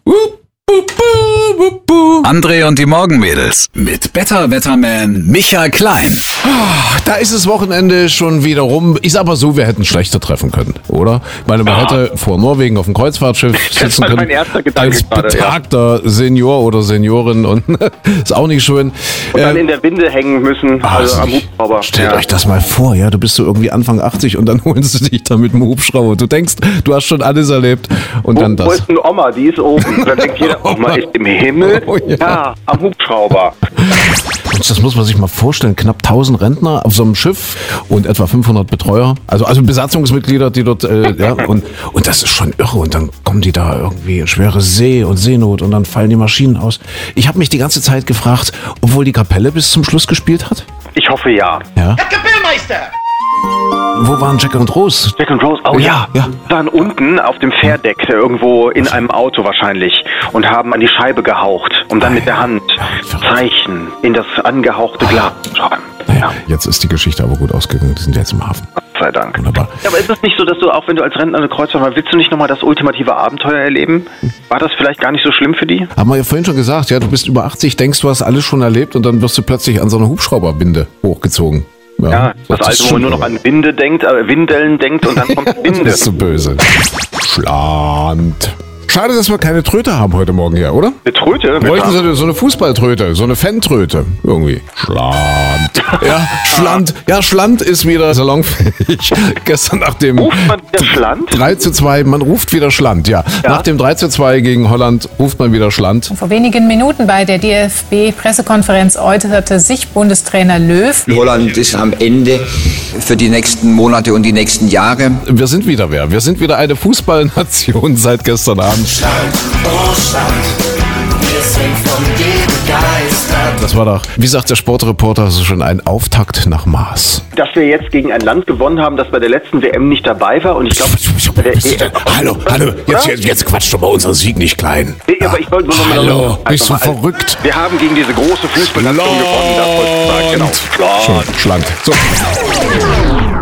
André und die Morgenmädels mit Better Wetterman Michael Klein. Da ist das Wochenende schon wieder rum. Ich sag mal so, wir hätten schlechter treffen können, oder? Ich meine, man hätte vor Norwegen auf dem Kreuzfahrtschiff sitzen können. Mein erster Gedanke als gerade, betagter Senior oder Seniorin und ist auch nicht schön. Und dann in der Winde hängen müssen, also am Hubschrauber. Stellt euch das mal vor, ja, du bist so irgendwie Anfang 80 und dann holst du dich da mit dem Hubschrauber. Du denkst, du hast schon alles erlebt und dann das. Wo ist denn Oma? Die ist oben. Und dann denkt jeder, Oma ist im Himmel. Oh, ja. Am Hubschrauber. Mensch, das muss man sich mal vorstellen. Knapp 1000 Rentner auf so einem Schiff und etwa 500 Betreuer. Also Besatzungsmitglieder, die dort, und das ist schon irre. Und dann kommen die da irgendwie in schwere See und Seenot und dann fallen die Maschinen aus. Ich habe mich die ganze Zeit gefragt, obwohl die Kapelle bis zum Schluss gespielt hat. Ich hoffe ja. Ja. Herr Kapellmeister! Wo waren Jack und Rose? Jack and Rose, oh ja. Ja. Waren unten auf dem Fährdeck, irgendwo in einem Auto wahrscheinlich, und haben an die Scheibe gehaucht, um dann mit der Hand Zeichen in das angehauchte Glas zu schreiben. Naja, jetzt ist die Geschichte aber gut ausgegangen. Die sind jetzt im Hafen. Gott sei Dank. Wunderbar. Ja, aber ist es nicht so, dass du, auch wenn du als Rentner eine Kreuzfahrt machst, willst du nicht nochmal das ultimative Abenteuer erleben? War das vielleicht gar nicht so schlimm für die? Haben wir ja vorhin schon gesagt, ja, du bist über 80, denkst, du hast alles schon erlebt und dann wirst du plötzlich an so einer Hubschrauberbinde hochgezogen. Ja, das Alte, wo man nur noch an Windeln denkt und dann kommt Winde. Das ist so böse. Schland. Schade, dass wir keine Tröte haben heute Morgen hier, oder? Eine Tröte? Wir bräuchten so eine Fußballtröte, so eine Fantröte. Irgendwie. Schland. Ja, Schland. Ja, Schland ist wieder salonfähig. Gestern nach dem Ruft man wieder Schland? 3:2, man ruft wieder Schland, ja. Nach dem 3:2 gegen Holland ruft man wieder Schland. Vor wenigen Minuten bei der DFB-Pressekonferenz äußerte sich Bundestrainer Löw. Holland ist am Ende für die nächsten Monate und die nächsten Jahre. Wir sind wieder wer? Wir sind wieder eine Fußballnation seit gestern Abend. Schland, oh Schland, wir sind von dir begeistert. Das war doch, wie sagt der Sportreporter, so schon ein Auftakt nach Maß. Dass wir jetzt gegen ein Land gewonnen haben, das bei der letzten WM nicht dabei war, und ich glaube... Hallo, jetzt quatscht doch mal unseren Sieg nicht klein. Aber ich wollte nur noch Hallo, bist du verrückt? Wir haben gegen diese große Fußballnation gewonnen, das wollte ich sagen, genau. Schland. So.